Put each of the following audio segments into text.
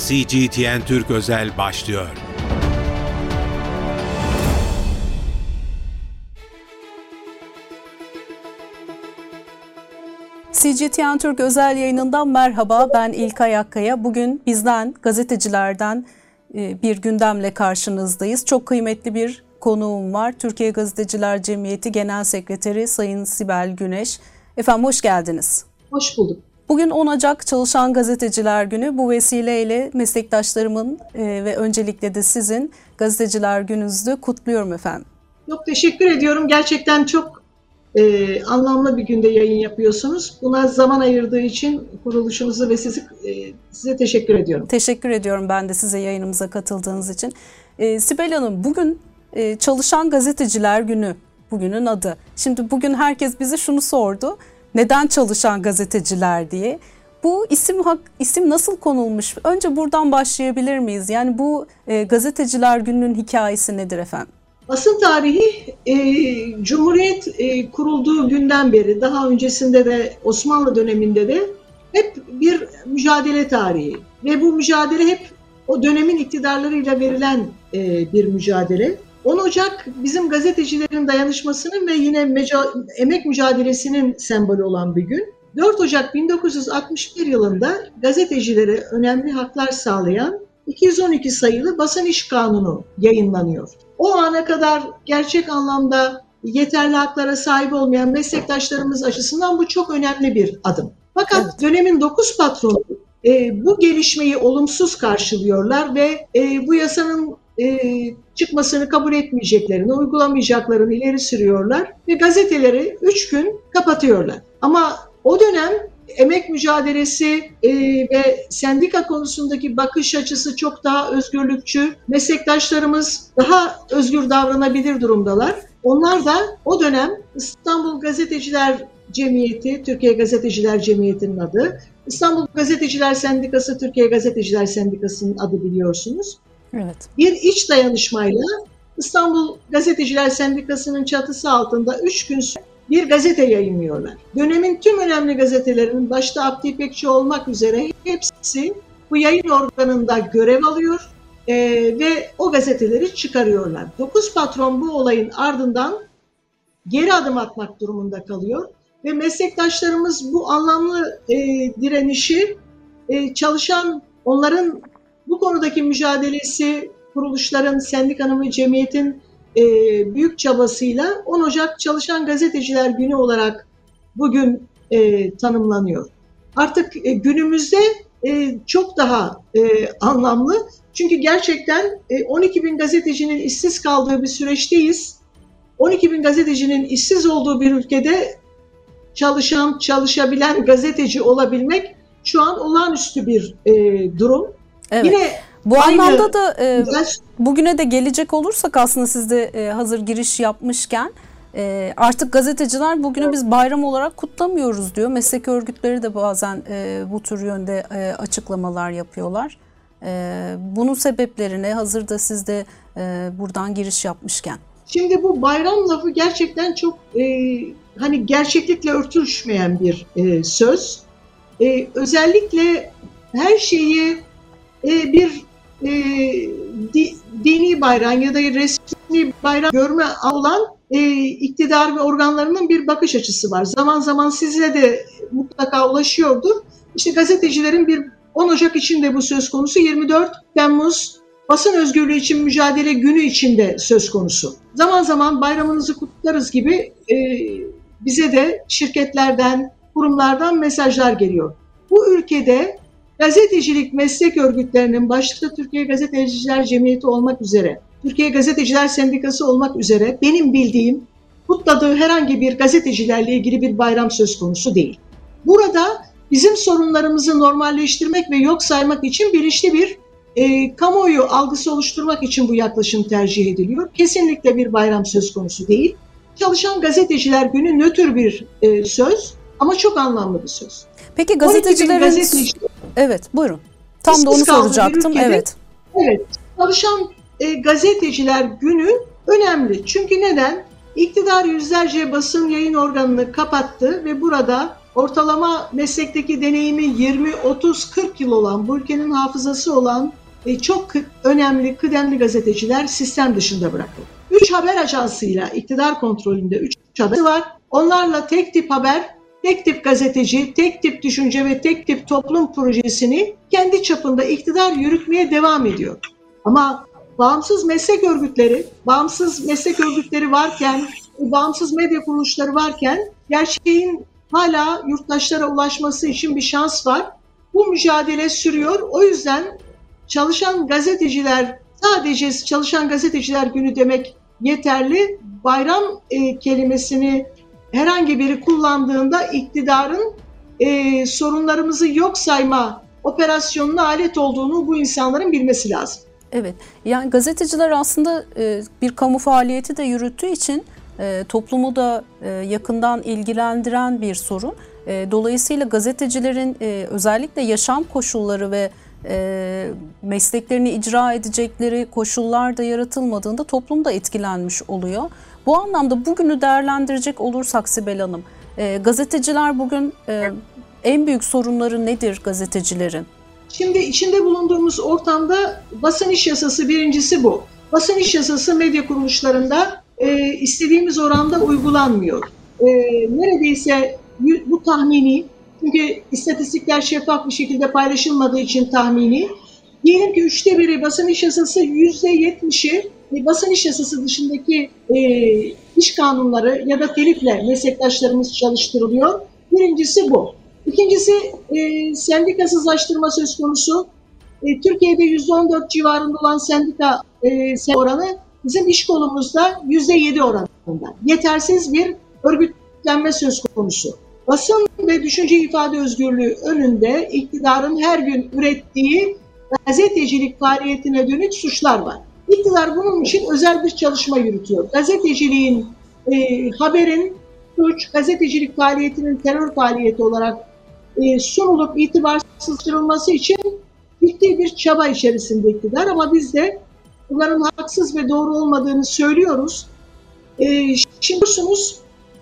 CGTN Türk Özel başlıyor. CGTN Türk özel yayınından merhaba, ben İlkay Akkaya. Bugün bizden, gazetecilerden bir gündemle karşınızdayız. Çok kıymetli bir konuğum var. Türkiye Gazeteciler Cemiyeti Genel Sekreteri Sayın Sibel Güneş. Efendim hoş geldiniz. Hoş bulduk. Bugün 10 Ocak Çalışan Gazeteciler Günü. Bu vesileyle meslektaşlarımın ve öncelikle de sizin Gazeteciler Gününüzü kutluyorum efendim. Çok teşekkür ediyorum. Gerçekten çok anlamlı bir günde yayın yapıyorsunuz. Buna zaman ayırdığı için kuruluşunuzu ve size teşekkür ediyorum. Teşekkür ediyorum ben de size yayınımıza katıldığınız için. Sibel Hanım, bugün Çalışan Gazeteciler Günü, bugünün adı. Şimdi bugün herkes bize şunu sordu. Neden çalışan gazeteciler diye. Bu isim nasıl konulmuş? Önce buradan başlayabilir miyiz? Yani bu Gazeteciler Günü'nün hikayesi nedir efendim? Basın tarihi Cumhuriyet kurulduğu günden beri, daha öncesinde de Osmanlı döneminde de hep bir mücadele tarihi. Ve bu mücadele hep o dönemin iktidarlarıyla verilen bir mücadele. 10 Ocak bizim gazetecilerin dayanışmasının ve yine emek mücadelesinin sembolü olan bir gün. 4 Ocak 1961 yılında gazetecilere önemli haklar sağlayan 212 sayılı Basın İş Kanunu yayınlanıyor. O ana kadar gerçek anlamda yeterli haklara sahip olmayan meslektaşlarımız açısından bu çok önemli bir adım. Fakat dönemin 9 patronu bu gelişmeyi olumsuz karşılıyorlar ve bu yasanın çıkmasını kabul etmeyeceklerini, uygulamayacaklarını ileri sürüyorlar ve gazeteleri 3 gün kapatıyorlar. Ama o dönem emek mücadelesi ve sendika konusundaki bakış açısı çok daha özgürlükçü. Meslektaşlarımız daha özgür davranabilir durumdalar. Onlar da o dönem İstanbul Gazeteciler Cemiyeti, Türkiye Gazeteciler Cemiyeti'nin adı, İstanbul Gazeteciler Sendikası, Türkiye Gazeteciler Sendikası'nın adı biliyorsunuz. Evet. Bir iç dayanışmayla İstanbul Gazeteciler Sendikası'nın çatısı altında 3 gün bir gazete yayınlıyorlar. Dönemin tüm önemli gazetelerinin başta Abdi İpekçi olmak üzere hepsi bu yayın organında görev alıyor ve o gazeteleri çıkarıyorlar. 9 patron bu olayın ardından geri adım atmak durumunda kalıyor ve meslektaşlarımız bu anlamlı direnişi çalışan, onların bu konudaki mücadelesi, kuruluşların, sendikanın ve cemiyetin büyük çabasıyla 10 Ocak Çalışan Gazeteciler Günü olarak bugün tanımlanıyor. Artık günümüzde çok daha anlamlı. Çünkü gerçekten 12 bin gazetecinin işsiz kaldığı bir süreçteyiz. 12 bin gazetecinin işsiz olduğu bir ülkede çalışabilen gazeteci olabilmek şu an olağanüstü bir durum. Evet. Yine bu anlamda da bugüne de gelecek olursak aslında siz de hazır giriş yapmışken artık gazeteciler bugünü biz bayram olarak kutlamıyoruz diyor. Meslek örgütleri de bazen bu tür yönde açıklamalar yapıyorlar. Bunun sebeplerine hazır da siz de buradan giriş yapmışken. Şimdi bu bayram lafı gerçekten çok hani gerçeklikle örtüşmeyen bir söz. Özellikle her şeyi bir dini bayram ya da resmi bayram görme olan iktidar ve organlarının bir bakış açısı var. Zaman zaman size de mutlaka ulaşıyordur. İşte gazetecilerin bir 10 Ocak için de bu söz konusu, 24 Temmuz Basın Özgürlüğü için Mücadele Günü için de söz konusu. Zaman zaman bayramınızı kutlarız gibi bize de şirketlerden, kurumlardan mesajlar geliyor. Bu ülkede gazetecilik meslek örgütlerinin başta Türkiye Gazeteciler Cemiyeti olmak üzere, Türkiye Gazeteciler Sendikası olmak üzere benim bildiğim kutladığı herhangi bir gazetecilerle ilgili bir bayram söz konusu değil. Burada bizim sorunlarımızı normalleştirmek ve yok saymak için bilinçli bir kamuoyu algısı oluşturmak için bu yaklaşım tercih ediliyor. Kesinlikle bir bayram söz konusu değil. Çalışan Gazeteciler Günü nötr bir söz ama çok anlamlı bir söz. Peki gazetecilerin... Evet, buyurun. Tam da onu soracaktım. Evet. Çalışan Gazeteciler Günü önemli. Çünkü neden? İktidar yüzlerce basın yayın organını kapattı ve burada ortalama meslekteki deneyimi 20, 30, 40 yıl olan, bu ülkenin hafızası olan çok önemli, kıdemli gazeteciler sistem dışında bırakıldı. 3 haber ajansıyla iktidar kontrolünde 3 haber var. Onlarla tek tip haber, tek tip gazeteci, tek tip düşünce ve tek tip toplum projesini kendi çapında iktidar yürütmeye devam ediyor. Ama bağımsız meslek örgütleri varken, bağımsız medya kuruluşları varken gerçeğin hala yurttaşlara ulaşması için bir şans var. Bu mücadele sürüyor. O yüzden çalışan gazeteciler, sadece çalışan gazeteciler günü demek yeterli. Bayram kelimesini herhangi biri kullandığında iktidarın sorunlarımızı yok sayma operasyonuna alet olduğunu bu insanların bilmesi lazım. Evet, yani gazeteciler aslında bir kamu faaliyeti de yürüttüğü için toplumu da yakından ilgilendiren bir sorun. Dolayısıyla gazetecilerin özellikle yaşam koşulları ve mesleklerini icra edecekleri koşullar da yaratılmadığında toplum da etkilenmiş oluyor. Bu anlamda bugünü değerlendirecek olursak Sibel Hanım, gazeteciler bugün en büyük sorunları nedir gazetecilerin? Şimdi içinde bulunduğumuz ortamda basın iş yasası birincisi bu. Basın iş yasası medya kuruluşlarında istediğimiz oranda uygulanmıyor. Neredeyse bu tahmini, çünkü istatistikler şeffaf bir şekilde paylaşılmadığı için tahmini, diyelim ki 1/3 basın iş yasası, %70'i basın iş yasası dışındaki iş kanunları ya da telifle meslektaşlarımız çalıştırılıyor. Birincisi bu. İkincisi sendikasızlaştırma söz konusu. Türkiye'de %14 civarında olan sendika oranı bizim iş kolumuzda %7 oranında. Yetersiz bir örgütlenme söz konusu. Basın ve düşünce ifade özgürlüğü önünde iktidarın her gün ürettiği gazetecilik faaliyetine dönük suçlar var. İktidar bunun için özel bir çalışma yürütüyor. Gazeteciliğin, haberin suç, gazetecilik faaliyetinin terör faaliyeti olarak sunulup itibarsızlaştırılması için ciddi bir çaba içerisinde iktidar, ama biz de bunların haksız ve doğru olmadığını söylüyoruz. Şimdi biliyorsunuz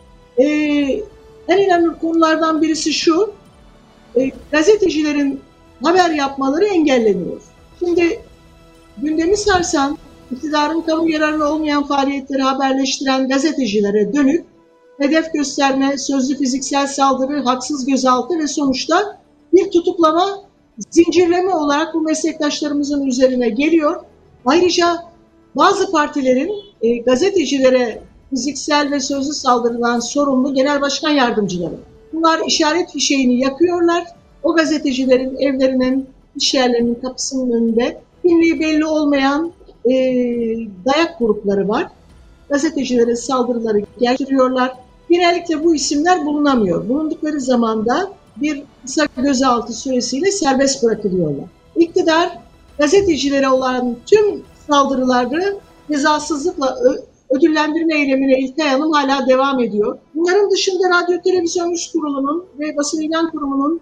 en önemli konulardan birisi şu, gazetecilerin haber yapmaları engelleniyor. Şimdi gündemi sarsan, iktidarın kamu yararına olmayan faaliyetleri haberleştiren gazetecilere dönük hedef gösterme, sözlü fiziksel saldırı, haksız gözaltı ve sonuçta bir tutuklama, zincirleme olarak bu meslektaşlarımızın üzerine geliyor. Ayrıca bazı partilerin gazetecilere fiziksel ve sözlü saldırıdan sorumlu genel başkan yardımcıları. Bunlar işaret fişeğini yakıyorlar. O gazetecilerin evlerinin, iş yerlerinin kapısının önünde kimliği belli olmayan dayak grupları var. Gazetecilere saldırıları gerçekleştiriyorlar. Genellikle bu isimler bulunamıyor. Bulundukları zamanda bir kısa gözaltı süresiyle serbest bırakılıyorlar. İktidar gazetecilere olan tüm saldırıları cezasızlıkla ödüllendirme eylemine İlkay Hanım hala devam ediyor. Bunların dışında Radyo Televizyon Üst Kurulu'nun ve Basın İlan Kurumu'nun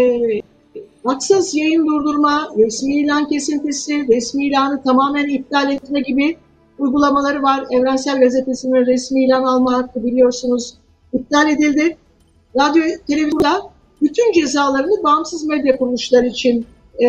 haksız yayın durdurma, resmi ilan kesintisi, resmi ilanı tamamen iptal etme gibi uygulamaları var. Evrensel Gazetesi'nin resmi ilan alma hakkı biliyorsunuz iptal edildi. Radyo, televizyonda bütün cezalarını bağımsız medya kuruluşları için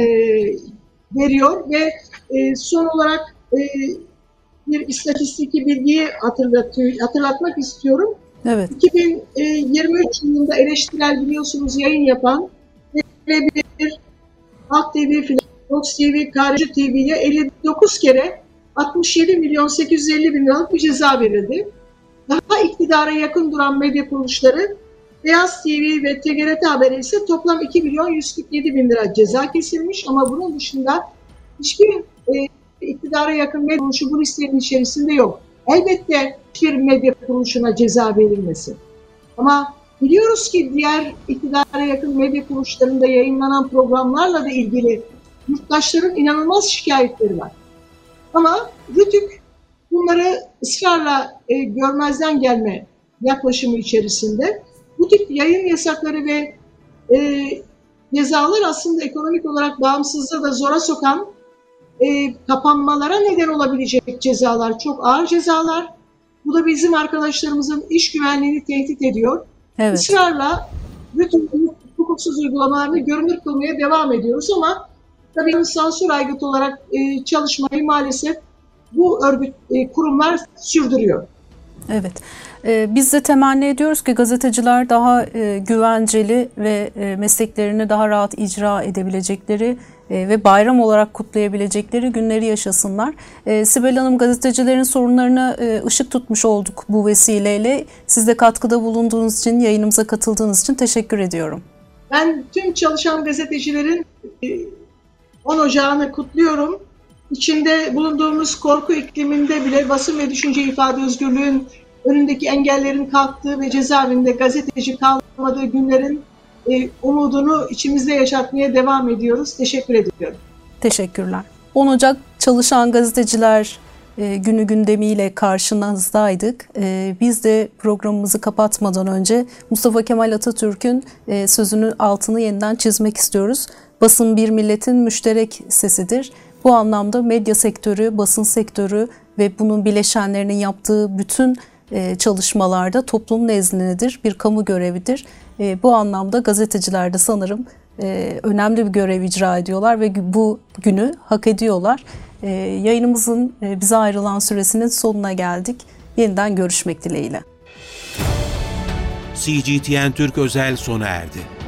veriyor ve son olarak bir istatistiki bilgiyi hatırlatmak istiyorum. Evet. 2023 yılında eleştirel biliyorsunuz yayın yapan TV1, Halk TV, Fox TV, KRC TV'ye 59 kere 67.850.000 liralık bir ceza verildi. Daha iktidara yakın duran medya kuruluşları Beyaz TV ve TGRT Haber'e ise toplam 2.147.000 lira ceza kesilmiş, ama bunun dışında hiçbir iktidara yakın medya kuruluşu bu listenin içerisinde yok. Elbette hiçbir medya kuruluşuna ceza verilmesi. Ama biliyoruz ki diğer iktidara yakın medya kuruluşlarında yayınlanan programlarla da ilgili yurttaşların inanılmaz şikayetleri var. Ama Rütük bunları ısrarla görmezden gelme yaklaşımı içerisinde. Bu tip yayın yasakları ve cezalar aslında ekonomik olarak bağımsızlığı da zora sokan, kapanmalara neden olabilecek cezalar, çok ağır cezalar. Bu da bizim arkadaşlarımızın iş güvenliğini tehdit ediyor. Evet. Israrla bütün hukuksuz uygulamalarını görünür kılmaya devam ediyoruz ama tabii sansür aygıtı olarak çalışmayı maalesef bu örgüt kurumlar sürdürüyor. Evet. Biz de temenni ediyoruz ki gazeteciler daha güvenceli ve mesleklerini daha rahat icra edebilecekleri ve bayram olarak kutlayabilecekleri günleri yaşasınlar. Sibel Hanım, gazetecilerin sorunlarına ışık tutmuş olduk bu vesileyle. Siz de katkıda bulunduğunuz için, yayınımıza katıldığınız için teşekkür ediyorum. Ben tüm çalışan gazetecilerin 10 Ocağı'nı kutluyorum. İçinde bulunduğumuz korku ikliminde bile basın ve düşünce ifade özgürlüğün önündeki engellerin kalktığı ve cezaevinde gazeteci kalmadığı günlerin umudunu içimizde yaşatmaya devam ediyoruz. Teşekkür ediyorum. Teşekkürler. 10 Ocak Çalışan Gazeteciler Günü gündemiyle karşınızdaydık. Biz de programımızı kapatmadan önce Mustafa Kemal Atatürk'ün sözünün altını yeniden çizmek istiyoruz. Basın bir milletin müşterek sesidir. Bu anlamda medya sektörü, basın sektörü ve bunun bileşenlerinin yaptığı bütün çalışmalarda toplum nezdindedir, bir kamu görevidir. Bu anlamda gazeteciler de sanırım önemli bir görev icra ediyorlar ve bu günü hak ediyorlar. Yayınımızın bize ayrılan süresinin sonuna geldik. Yeniden görüşmek dileğiyle. CGTN Türk özel sona erdi.